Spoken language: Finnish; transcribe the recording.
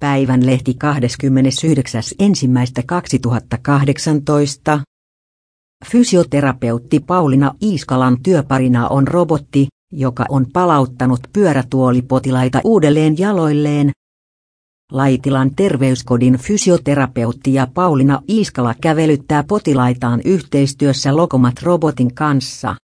Päivän lehti 29.1.2018. Fysioterapeutti Pauliina Iiskalan työparina on robotti, joka on palauttanut pyörätuolipotilaita uudelleen jaloilleen. Laitilan terveyskodin fysioterapeutti ja Pauliina Iiskala kävelyttää potilaitaan yhteistyössä Lokomat-robotin kanssa.